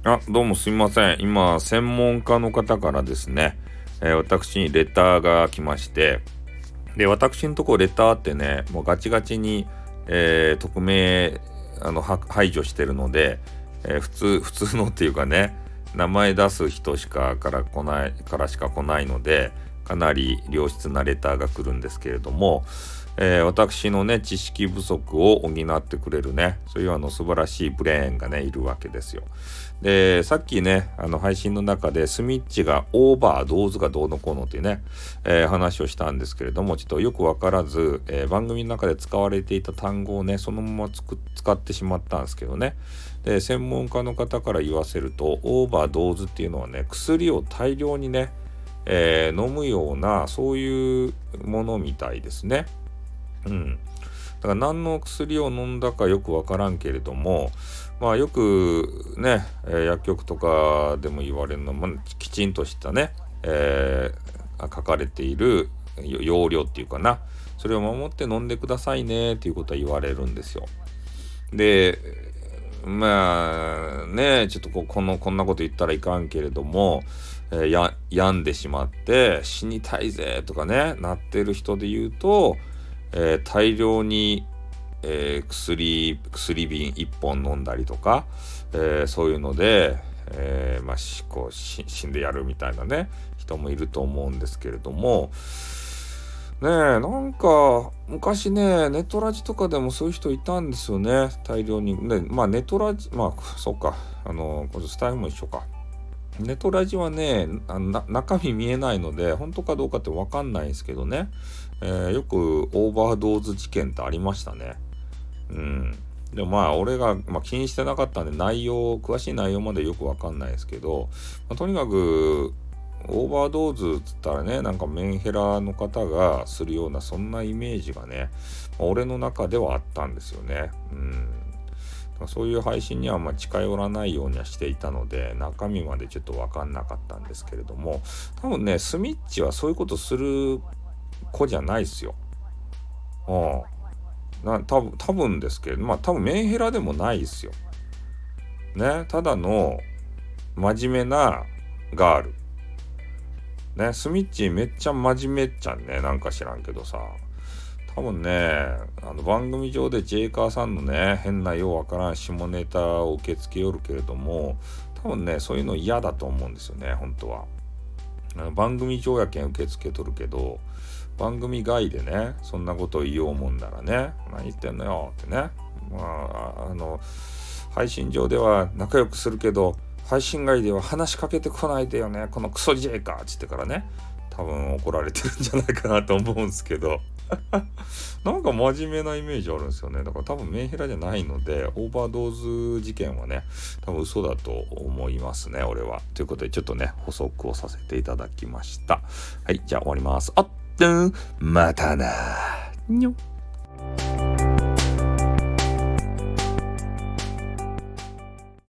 どうもすみません。今、専門家の方からですね、私にレターが来まして、で、私のところレターってね、もうガチガチに、匿名、排除してるので、普通のっていうかね、名前出す人からしか来ないので、かなり良質なレターが来るんですけれども、私のね、知識不足を補ってくれるね、そういう素晴らしいブレーンがね、いるわけですよ。で、さっきね、配信の中でスミッチがオーバードーズがどうのこうのっていうね、話をしたんですけれども、ちょっとよくわからず、番組の中で使われていた単語をね、そのまま使ってしまったんですけどね。で、専門家の方から言わせると、オーバードーズっていうのはね、薬を大量にね、飲むような、そういうものみたいですね。うん。だから何の薬を飲んだかよくわからんけれども、よくね、薬局とかでも言われるのも、きちんとしたね、書かれている用量っていうかな、それを守って飲んでくださいねっていうことは言われるんですよ。で、ちょっとこんなこと言ったらいかんけれども、病んでしまって死にたいぜとかね、なってる人で言うと、大量に、薬瓶1本飲んだりとか、そういうので、死んでやるみたいなね、人もいると思うんですけれども、ねえ、なんか昔ね、ネトラジとかでもそういう人いたんですよね、大量に。ね、ネトラジ、そうか、これスタイルも一緒か。ネトラジはね、中身見えないので、本当かどうかってわかんないんですけどね、よくオーバードーズ事件ってありましたね。うん。でも俺が、気にしてなかったんで、詳しい内容までよくわかんないですけど、とにかく、オーバードーズっつったらね、なんかメンヘラの方がするような、そんなイメージがね、俺の中ではあったんですよね。うん。そういう配信には近寄らないようにはしていたので、中身までちょっと分かんなかったんですけれども、多分ね、スミッチはそういうことする子じゃないですよ。多分ですけど、多分メンヘラでもないですよ。ね、ただの真面目なガール。ね、スミッチめっちゃ真面目っちゃんね、なんか知らんけどさ。多分ね、番組上でジェイカーさんのね、変なようわからん下ネタを受け付けよるけれども、多分ね、そういうの嫌だと思うんですよね、本当は。番組上やけん受け付けとるけど、番組外でね、そんなことを言おうもんならね、何言ってんのよってね。配信上では仲良くするけど、配信外では話しかけてこないでよね、このクソジェイカーっつってからね、多分怒られてるんじゃないかなと思うんですけど。なんか真面目なイメージあるんですよね。だから多分メンヘラじゃないので、オーバードーズ事件はね、多分嘘だと思いますね、俺は。ということで、ちょっとね、補足をさせていただきました。はい、じゃあ終わります。またなにょ。